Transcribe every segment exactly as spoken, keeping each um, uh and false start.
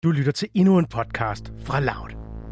Du lytter til endnu en podcast fra Loud.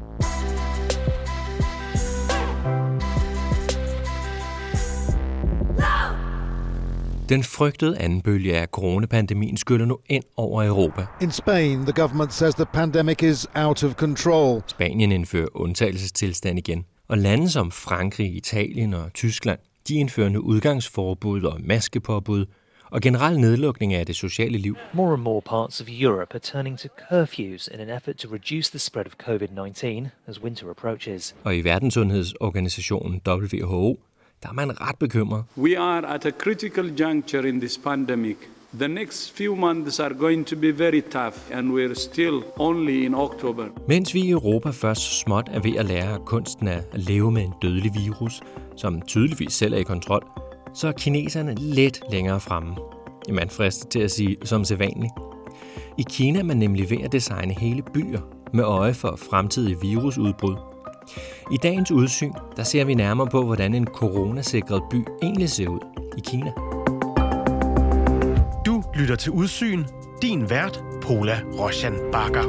Den frygtede anden bølge af coronapandemien skyller nu ind over Europa. In Spain, the government says the pandemic is out of control. Spanien indfører undtagelsestilstand igen, og lande som Frankrig, Italien og Tyskland, de indfører nu udgangsforbud og maskepåbud og generel nedlukning af det sociale liv. More and more parts of Europe are turning to curfews in an effort to reduce the spread of covid nineteen as winter approaches. Og i Verdenssundhedsorganisationen W H O, der er man ret bekymret. We are at a critical juncture in this pandemic. The next few months are going to be very tough, and we're still only in October. Mens vi i Europa først småt er ved at lære kunsten af at leve med en dødelig virus, som tydeligvis selv er i kontrol, så er kineserne lidt længere fremme. Man frister til at sige som sædvanligt. I Kina er man nemlig ved at designe hele byer med øje for fremtidige virusudbrud. I dagens udsyn, der ser vi nærmere på, hvordan en coronasikret by egentlig ser ud i Kina. Du lytter til Udsyn. Din vært, Paula Roshan Bakker.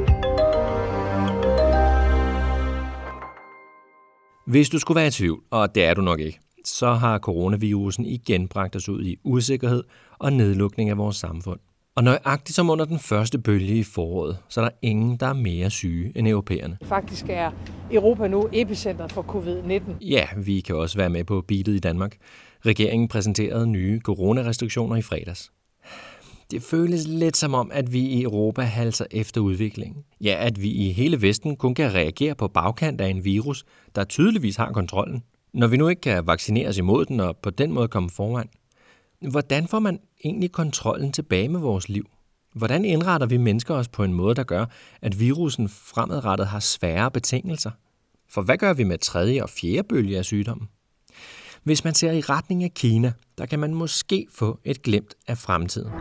Hvis du skulle være i tvivl, og det er du nok ikke, så har coronavirusen igen bragt os ud i usikkerhed og nedlukning af vores samfund. Og nøjagtigt som under den første bølge i foråret, så er der ingen, der er mere syge end europæerne. Faktisk er Europa nu epicentret for covid nitten. Ja, vi kan også være med på beatet i Danmark. Regeringen præsenterede nye coronarestriktioner i fredags. Det føles lidt som om, at vi i Europa halser efter udviklingen. Ja, at vi i hele Vesten kun kan reagere på bagkant af en virus, der tydeligvis har kontrollen. Når vi nu ikke kan vaccineres imod den og på den måde komme foran. Hvordan får man egentlig kontrollen tilbage med vores liv? Hvordan indretter vi mennesker os på en måde, der gør, at virusen fremadrettet har svære betingelser? For hvad gør vi med tredje og fjerde bølge af sygdommen? Hvis man ser i retning af Kina, der kan man måske få et glimt af fremtiden.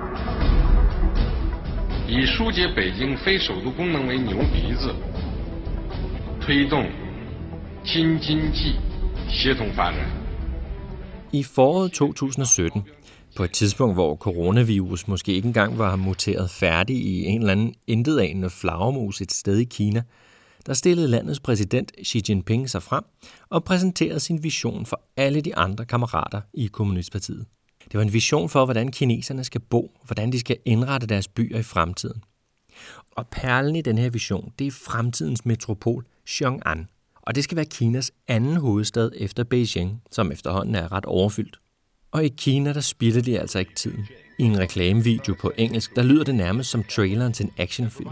以疏解北京非首都功能为牛鼻子，推动京津冀协同发展。 I foråret to tusind og sytten, på et tidspunkt, hvor coronavirus måske ikke engang var muteret færdig i en eller anden intetanende flagermus et sted i Kina, der stillede landets præsident Xi Jinping sig frem og præsenterede sin vision for alle de andre kammerater i Kommunistpartiet. Det var en vision for, hvordan kineserne skal bo, hvordan de skal indrette deres byer i fremtiden. Og perlen i den her vision, det er fremtidens metropol Xiong'an. Og det skal være Kinas anden hovedstad efter Beijing, som efterhånden er ret overfyldt. Og i Kina, der spilder de altså ikke tiden. I en reklamevideo på engelsk, der lyder det nærmest som traileren til en actionfilm.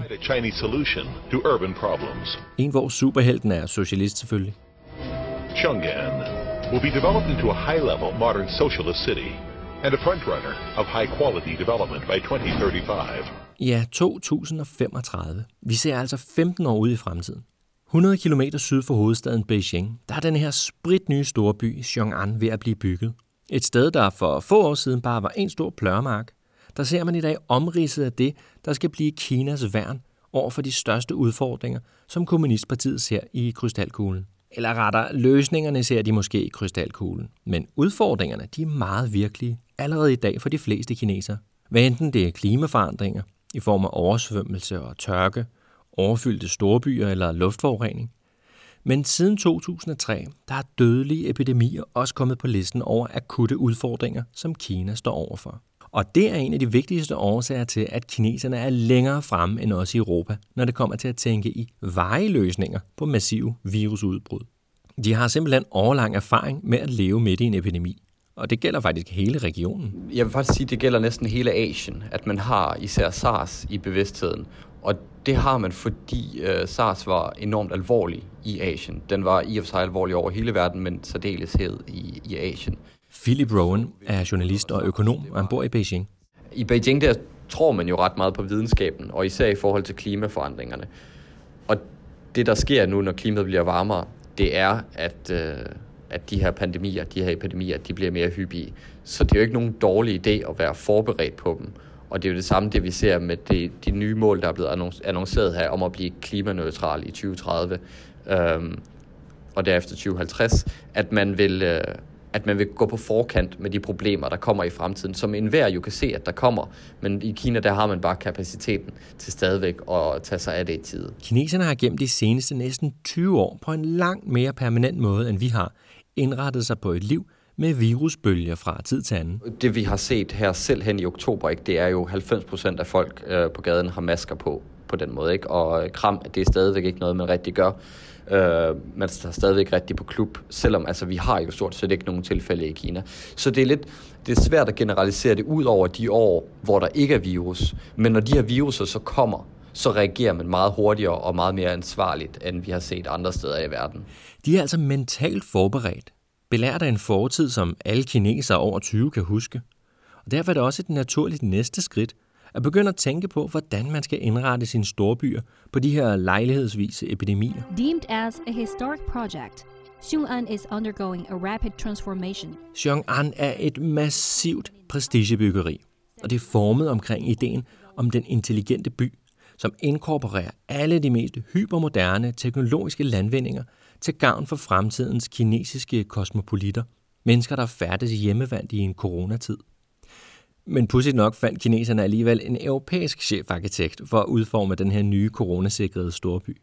En, hvor superhelten er socialist selvfølgelig. Xiong'an will be developed into a high-level modern socialist city and a frontrunner of high-quality development by twenty thirty-five. Ja, to tusind og femogtredive. Vi ser altså femten år ude i fremtiden. hundrede kilometer syd for hovedstaden Beijing, der er den her spritnye storby Xiong'an ved at blive bygget. Et sted, der for få år siden bare var en stor plørmark. Der ser man i dag omridset af det, der skal blive Kinas værn over for de største udfordringer, som Kommunistpartiet ser i krystalkuglen. Eller rettere, løsningerne ser de måske i krystalkuglen. Men udfordringerne, de er meget virkelige allerede i dag for de fleste kinesere. Hvad enten det er klimaforandringer i form af oversvømmelse og tørke, overfyldte storbyer eller luftforurening. Men siden to tusind og tre, der er dødelige epidemier også kommet på listen over akutte udfordringer, som Kina står overfor. Og det er en af de vigtigste årsager til, at kineserne er længere fremme end os i Europa, når det kommer til at tænke i varige løsninger på massive virusudbrud. De har simpelthen årelang erfaring med at leve midt i en epidemi. Og det gælder faktisk hele regionen. Jeg vil faktisk sige, at det gælder næsten hele Asien, at man har især SARS i bevidstheden. Og det har man, fordi uh, SARS var enormt alvorlig i Asien. Den var i og for sig alvorlig over hele verden, men særdeleshed i, i Asien. Philip Rowan er journalist og økonom, og han bor i Beijing. I Beijing der tror man jo ret meget på videnskaben, og især i forhold til klimaforandringerne. Og det, der sker nu, når klimaet bliver varmere, det er, at, uh, at de her pandemier, de her epidemier, de bliver mere hyppige. Så det er jo ikke nogen dårlig idé at være forberedt på dem. Og det er jo det samme, det vi ser med de, de nye mål, der er blevet annonceret her, om at blive klimaneutral i tyve tredive, øhm, og derefter tyve halvtreds, at man vil, øh, at man vil gå på forkant med de problemer, der kommer i fremtiden, som enhver jo kan se, at der kommer. Men i Kina, der har man bare kapaciteten til stadigvæk at tage sig af det i tide. Kineserne har gennem de seneste næsten tyve år på en langt mere permanent måde, end vi har, indrettet sig på et liv med virusbølger fra tid til anden. Det vi har set her selv hen i oktober, ikke, det er jo halvfems procent af folk øh, på gaden har masker på, på den måde. Ikke? Og kram, det er stadigvæk ikke noget, man rigtig gør. Øh, man er stadigvæk rigtig på klub, selvom altså, vi har jo stort set ikke nogen tilfælde i Kina. Så det er lidt det er svært at generalisere det ud over de år, hvor der ikke er virus. Men når de her viruser så kommer, så reagerer man meget hurtigere og meget mere ansvarligt, end vi har set andre steder i verden. De er altså mentalt forberedt, belært af en fortid, som alle kinesere over tyve kan huske. Og derfor er det også et naturligt næste skridt, at begynde at tænke på, hvordan man skal indrette sine storbyer på de her lejlighedsvise epidemier. Deemed as a historic project, Xiong'an is undergoing a rapid transformation. Xiong'an er et massivt prestigebyggeri, og det er formet omkring ideen om den intelligente by, som inkorporerer alle de mest hypermoderne teknologiske landvindinger til gavn for fremtidens kinesiske kosmopolitter, mennesker, der færdes hjemmevandt i en coronatid. Men pudsigt nok fandt kineserne alligevel en europæisk chefarkitekt for at udforme den her nye coronasikrede storby.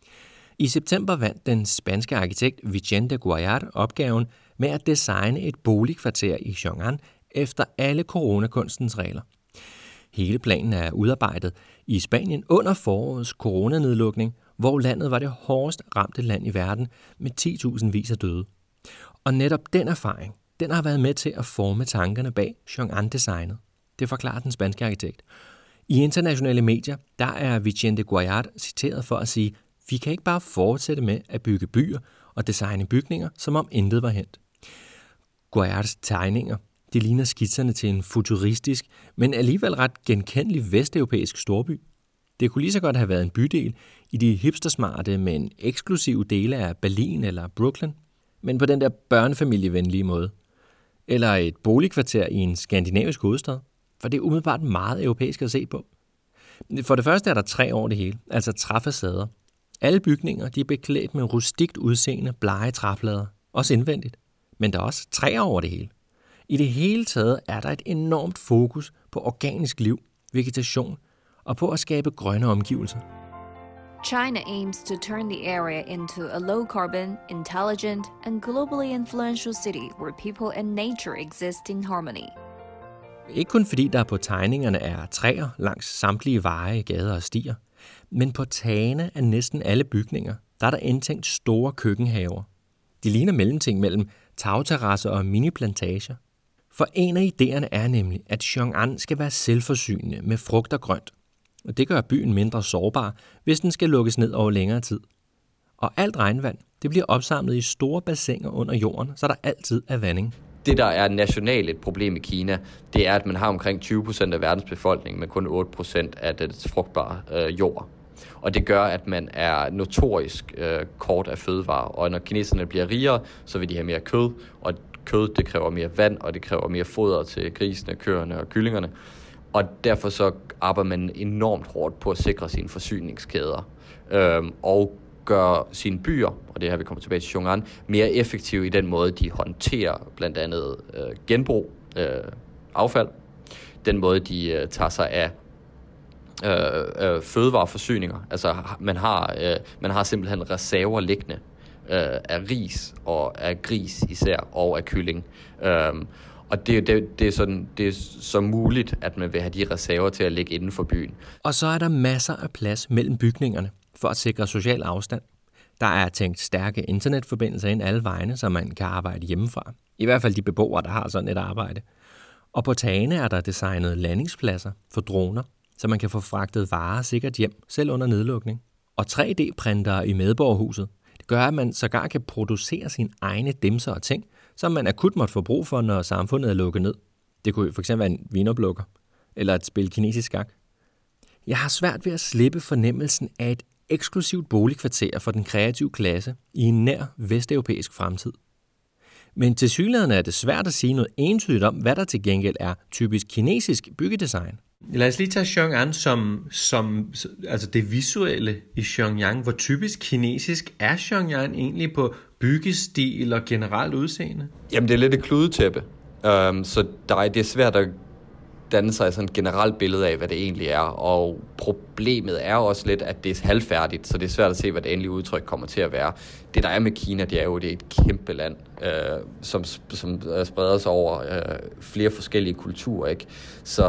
I september vandt den spanske arkitekt Vicente Guallart opgaven med at designe et boligkvarter i Xiong'an efter alle coronakunstens regler. Hele planen er udarbejdet i Spanien under forårets coronanedlukning, hvor landet var det hårdest ramte land i verden med ti tusind vis af døde. Og netop den erfaring, den har været med til at forme tankerne bag Xiong'an-designet. Det forklarer den spanske arkitekt. I internationale medier, der er Vicente Guallart citeret for at sige, vi kan ikke bare fortsætte med at bygge byer og designe bygninger, som om intet var hent. Guallarts tegninger, de ligner skitserne til en futuristisk, men alligevel ret genkendelig vesteuropæisk storby. Det kunne lige så godt have været en bydel i de hipstersmarte, men eksklusive dele af Berlin eller Brooklyn, men på den der børnefamilievenlige måde. Eller et boligkvarter i en skandinavisk hovedstad, for det er umiddelbart meget europæisk at se på. For det første er der træ over det hele, altså træfacader. Alle bygninger de er beklædt med rustikt udseende blege træflader, også indvendigt. Men der er også træer over det hele. I det hele taget er der et enormt fokus på organisk liv, vegetation og på at skabe grønne omgivelser. China aims to turn the area into a low-carbon, intelligent, and globally influential city where people and nature exist in harmony. Ikke kun fordi der på tegningerne er træer langs samtlige veje, gader og stier, men på tagene af næsten alle bygninger, der er der indtænkt store køkkenhaver. De ligner mellemting mellem tagterrasser og miniplantager. For en af idéerne er nemlig, at Xiong'an skal være selvforsynende med frugt og grønt. Og det gør byen mindre sårbar, hvis den skal lukkes ned over længere tid. Og alt regnvand, det bliver opsamlet i store bassiner under jorden, så der altid er vanding. Det, der er nationalt et problem i Kina, det er, at man har omkring tyve procent af verdens befolkning, men kun otte procent af dets frugtbare øh, jord. Og det gør, at man er notorisk øh, kort af fødevarer. Og når kineserne bliver rigere, så vil de have mere kød, og kød det kræver mere vand, og det kræver mere foder til grisene, køerne og kyllingerne. Og derfor så arbejder man enormt hårdt på at sikre sine forsyningskæder øh, og gøre sine byer, og det her vi kommer tilbage til Xiong'an, mere effektive i den måde, de håndterer blandt andet øh, genbrug, øh, affald, den måde, de øh, tager sig af øh, øh, fødevareforsyninger. Altså man har, øh, man har simpelthen reserver liggende øh, af ris og af gris især, og af kylling. Øh, og det, det, det, er sådan, det er så muligt, at man vil have de reserver til at ligge inden for byen. Og så er der masser af plads mellem bygningerne for at sikre social afstand. Der er tænkt stærke internetforbindelser ind alle vegne, så man kan arbejde hjemmefra. I hvert fald de beboere, der har sådan et arbejde. Og på tagene er der designet landingspladser for droner, så man kan få fragtet varer sikkert hjem, selv under nedlukning. Og tre D-printere i medborgerhuset, det gør, at man sågar kan producere sine egne dimser og ting, som man akut måtte få brug for, når samfundet er lukket ned. Det kunne fx være en vinoplukker, eller et spil kinesisk skak. Jeg har svært ved at slippe fornemmelsen af et eksklusivt boligkvarter for den kreative klasse i en nær vesteuropæisk fremtid. Men tilsyneladende er det svært at sige noget entydigt om, hvad der til gengæld er typisk kinesisk byggedesign. Lad os lige tage Chong'an som, som altså det visuelle i Pyongyang. Hvor typisk kinesisk er Pyongyang egentlig på byggestil og generelt udseende? Jamen, det er lidt et kludetæppe, um, så der er, det er svært at danne sig sådan et generelt billede af, hvad det egentlig er. Og problemet er også lidt, at det er halvfærdigt, så det er svært at se, hvad det endelige udtryk kommer til at være. Det, der er med Kina, det er jo, det er et kæmpe land, øh, som, som spreder sig over øh, flere forskellige kulturer, ikke? Så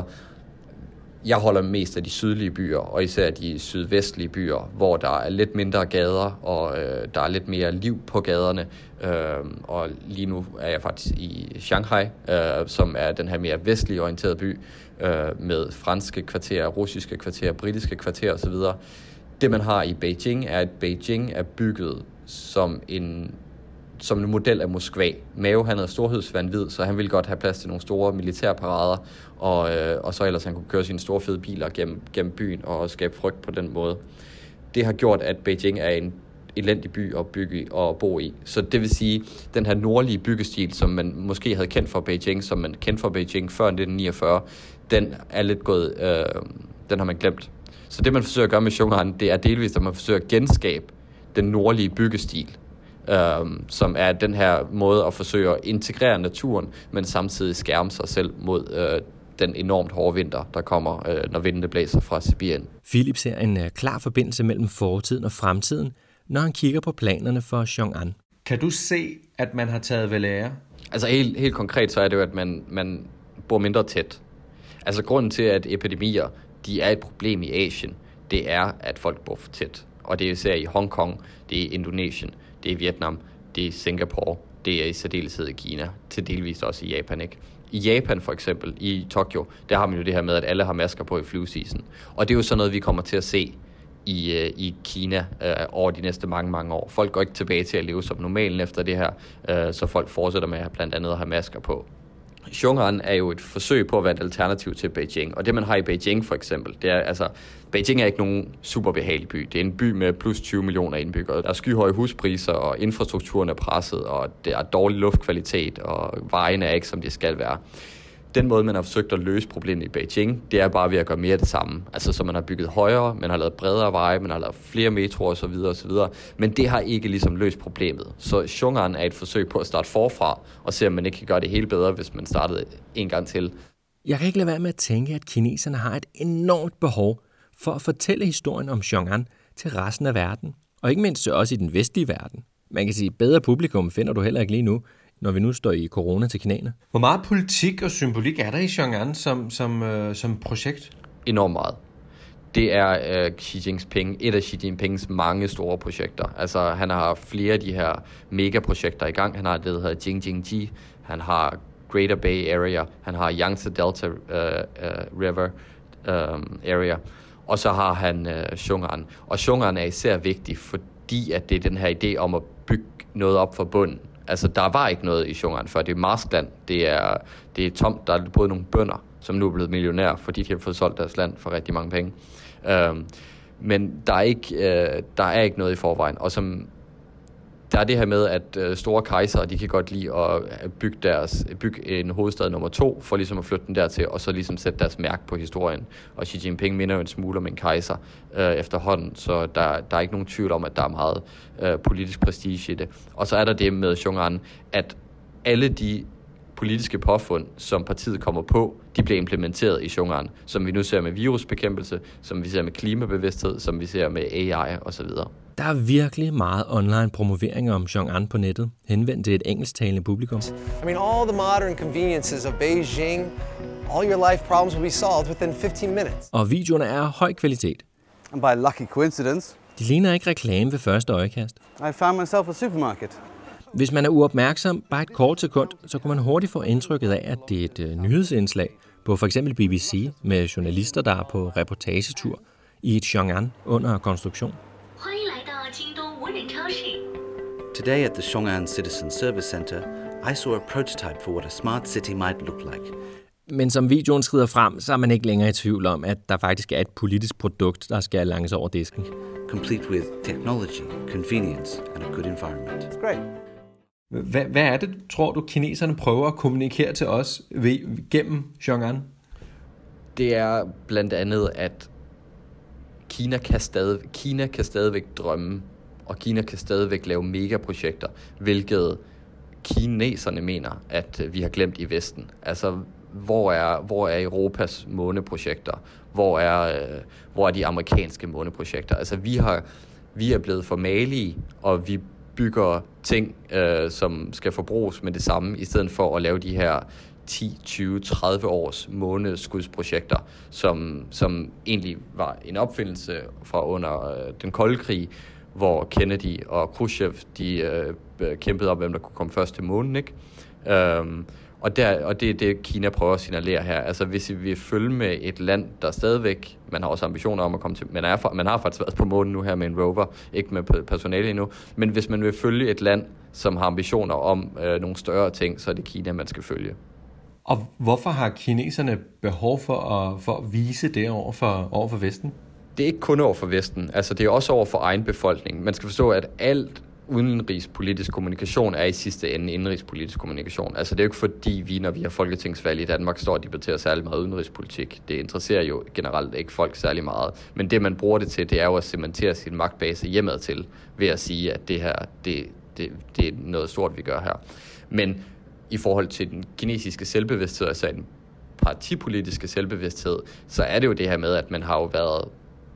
jeg holder mest af de sydlige byer, og især de sydvestlige byer, hvor der er lidt mindre gader, og øh, der er lidt mere liv på gaderne. Øh, og lige nu er jeg faktisk i Shanghai, øh, som er den her mere vestlige orienterede by, øh, med franske kvarterer, russiske kvarterer, britiske kvarterer osv. Det man har i Beijing er, at Beijing er bygget som en som en model af Moskva. Mao, han havde storhedsvanvid, så han ville godt have plads til nogle store militærparader, og, øh, og så ellers han kunne køre sine store fede biler gennem, gennem byen og skabe frygt på den måde. Det har gjort, at Beijing er en elendig by at bygge og bo i. Så det vil sige, den her nordlige byggestil, som man måske havde kendt fra Beijing, som man kendte fra Beijing før nitten niogfyrre, den er lidt gået, øh, den har man glemt. Så det man forsøger at gøre med Chong'an, det er delvist, at man forsøger at genskabe den nordlige byggestil, Um, som er den her måde at forsøge at integrere naturen, men samtidig skærme sig selv mod uh, den enormt hårde vinter, der kommer, uh, når vinden blæser fra Sibirien. Philip ser en uh, klar forbindelse mellem fortiden og fremtiden, når han kigger på planerne for Chong'an. Kan du se, at man har taget ved lære? Altså helt, helt konkret så er det jo, at man, man bor mindre tæt. Altså grunden til, at epidemier de er et problem i Asien, det er, at folk bor for tæt. Og det er især i Hongkong, det er i Indonesien, det er Vietnam, det er Singapore, det er i særdeleshed i Kina, til delvist også i Japan, ikke? I Japan for eksempel, i Tokyo, der har man jo det her med, at alle har masker på i flyveseason. Og det er jo sådan noget, vi kommer til at se i, øh, i Kina øh, over de næste mange, mange år. Folk går ikke tilbage til at leve som normalen efter det her, øh, så folk fortsætter med blandt andet at have masker på. Chong'an er jo et forsøg på at være et alternativ til Beijing, og det man har i Beijing for eksempel, det er altså, Beijing er ikke nogen super behagelig by. Det er en by med plus tyve millioner indbyggere. Der er skyhøje huspriser, og infrastrukturen er presset, og det er dårlig luftkvalitet, og vejene er ikke, som de skal være. Den måde, man har forsøgt at løse problemet i Beijing, det er bare ved at gøre mere det samme. Altså, så man har bygget højere, man har lavet bredere veje, man har lavet flere metroer osv. osv. Men det har ikke ligesom løst problemet. Så Chong'an er et forsøg på at starte forfra, og se, om man ikke kan gøre det hele bedre, hvis man startede en gang til. Jeg kan ikke lade være med at tænke, at kineserne har et enormt behov for at fortælle historien om Chong'an til resten af verden. Og ikke mindst også i den vestlige verden. Man kan sige, at bedre publikum finder du heller ikke lige nu, når vi nu står i corona til knæene. Hvor meget politik og symbolik er der i Chong'an som, som, øh, som projekt? Enormt meget. Det er øh, Xi Jinping, et af Xi Jinpings mange store projekter. Altså, han har flere af de her megaprojekter i gang. Han har det, der hedder Jingjingji. Han har Greater Bay Area. Han har Yangtze Delta uh, uh, River um, Area. Og så har han uh, Chong'an. Og Chong'an er især vigtig, fordi at det er den her idé om at bygge noget op fra bunden. Altså, der var ikke noget i Chong'an før. Det er marskland. Det er, det er tomt. Der er både nogle bønder, som nu er blevet millionærer, fordi de har fået solgt deres land for rigtig mange penge. Um, men der er, ikke, uh, der er ikke noget i forvejen. Og som, der er det her med, at uh, store kejsere, de kan godt lide at bygge, deres, bygge en hovedstad nummer to, for ligesom at flytte den dertil, og så ligesom sætte deres mærke på historien. Og Xi Jinping minder jo en smule om en kejser uh, efterhånden, så der, der er ikke nogen tvivl om, at der er meget uh, politisk prestige i det. Og så er der det med Chong'an, at alle de politiske påfund, som partiet kommer på, de bliver implementeret i Chong'an, som vi nu ser med virusbekæmpelse, som vi ser med klimabevidsthed, som vi ser med A I osv. Der er virkelig meget online promovering om Chong'an på nettet, henvendt til et engelsktalende publikum. I mean, all the modern conveniences of Beijing, all your life problems will be solved within fifteen minutes. Og videoerne er af høj kvalitet. And by lucky coincidence, de ligner ikke reklame ved første øjekast. I found myself a supermarket. Hvis man er uopmærksom bare et kort sekund, så kan man hurtigt få indtrykket af, at det er et uh, nyhedsindslag på for eksempel B B C med journalister, der er på reportagetur i et Chong'an under konstruktion. Today at the Chong'an Citizen Service Center, I saw a prototype for what a smart city might look like. Men som videoen skrider frem, så er man ikke længere i tvivl om, at der faktisk er et politisk produkt, der skal langes over disken. Complete with technology, convenience and a good environment. It's great. Hvad, hvad er det, tror du, kineserne prøver at kommunikere til os ved, gennem Chong'an? det er blandt andet, at Kina kan, stadig, Kina kan stadigvæk drømme, og Kina kan stadigvæk lave megaprojekter, hvilket kineserne mener, at vi har glemt i Vesten. Altså, hvor er, hvor er Europas måneprojekter? Hvor er, øh, hvor er de amerikanske måneprojekter? Altså, vi, har, vi er blevet for malige, og vi bygger ting, øh, som skal forbruges med det samme, i stedet for at lave de her ti, tyve, tredive års måneskudsprojekter, som, som egentlig var en opfindelse fra under øh, den kolde krig, hvor Kennedy og Khrushchev, de øh, kæmpede om, hvem der kunne komme først til månen, ikke? Øhm, og, der, og det er det, Kina prøver at signalere her. Altså, hvis vi vil følge med et land, der stadigvæk, man har også ambitioner om at komme til, man, er, man har faktisk været på månen nu her med en rover, ikke med personale endnu, men hvis man vil følge et land, som har ambitioner om øh, nogle større ting, så er det Kina, man skal følge. Og hvorfor har kineserne behov for at, for at vise det over for, over for Vesten? Det er ikke kun over for Vesten, altså det er også over for egen befolkning. Man skal forstå, at alt udenrigspolitisk kommunikation er i sidste ende indrigspolitisk kommunikation. Altså det er jo ikke fordi vi, når vi har folketingsvalg i Danmark, står og debatterer særlig meget udenrigspolitik. Det interesserer jo generelt ikke folk særlig meget. Men det man bruger det til, det er jo at cementere sin magtbase hjemad til, ved at sige, at det her, det, det, det er noget stort, vi gør her. Men i forhold til den kinesiske selvbevidsthed, altså den partipolitiske selvbevidsthed, så er det jo det her med, at man har jo været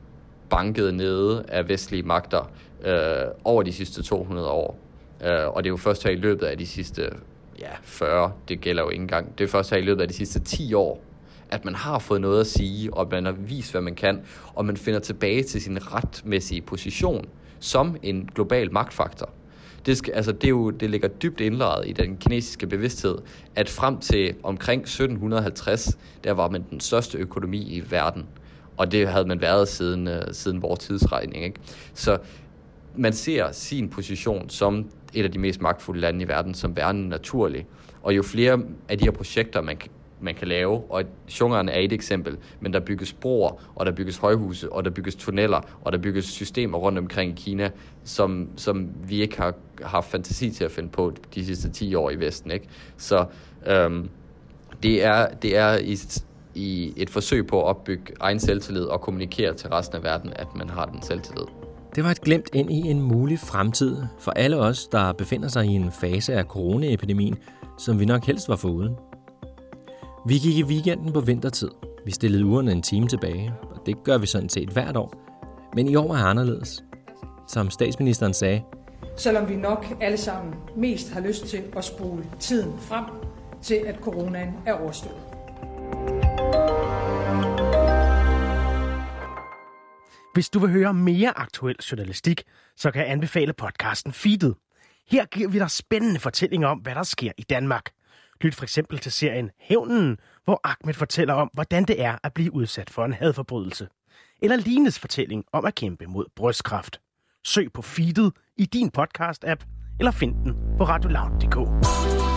banket nede af vestlige magter øh, over de sidste to hundrede år. Øh, og det er jo først her i løbet af de sidste ja, fyrre, det gælder jo ikke engang, det er først her i løbet af de sidste ti år, at man har fået noget at sige, og man har vist, hvad man kan, og man finder tilbage til sin retmæssige position som en global magtfaktor. Det, skal, altså det, er jo, det ligger dybt indlejret i den kinesiske bevidsthed, at frem til omkring sytten halvtreds, der var man den største økonomi i verden. Og det havde man været siden, uh, siden vores tidsregning, ikke? Så man ser sin position som et af de mest magtfulde lande i verden, som værende naturlig. Og jo flere af de her projekter, man kan, man kan lave, og Zhong'an er et eksempel, men der bygges broer, og der bygges højhuse, og der bygges tunneller, og der bygges systemer rundt omkring i Kina, som, som vi ikke har haft fantasi til at finde på de sidste ti år i Vesten, ikke? Så øhm, det er, det er i, i et forsøg på at opbygge egen selvtillid og kommunikere til resten af verden, at man har den selvtillid. Det var et glimt ind i en mulig fremtid for alle os, der befinder sig i en fase af coronaepidemien, som vi nok helst var foruden. Vi gik i weekenden på vintertid. Vi stillede ugerne en time tilbage, og det gør vi sådan set hvert år. Men i år er anderledes. Som statsministeren sagde, selvom vi nok alle sammen mest har lyst til at spole tiden frem til, at coronaen er overstået. Hvis du vil høre mere aktuel journalistik, så kan jeg anbefale podcasten Feedet. Her giver vi dig spændende fortællinger om, hvad der sker i Danmark. Lyt for eksempel til serien Hævnen, hvor Ahmed fortæller om, hvordan det er at blive udsat for en hadforbrydelse. Eller Lines fortælling om at kæmpe mod brystkræft. Søg på Feedet i din podcast-app, eller find den på radio loud punktum d k.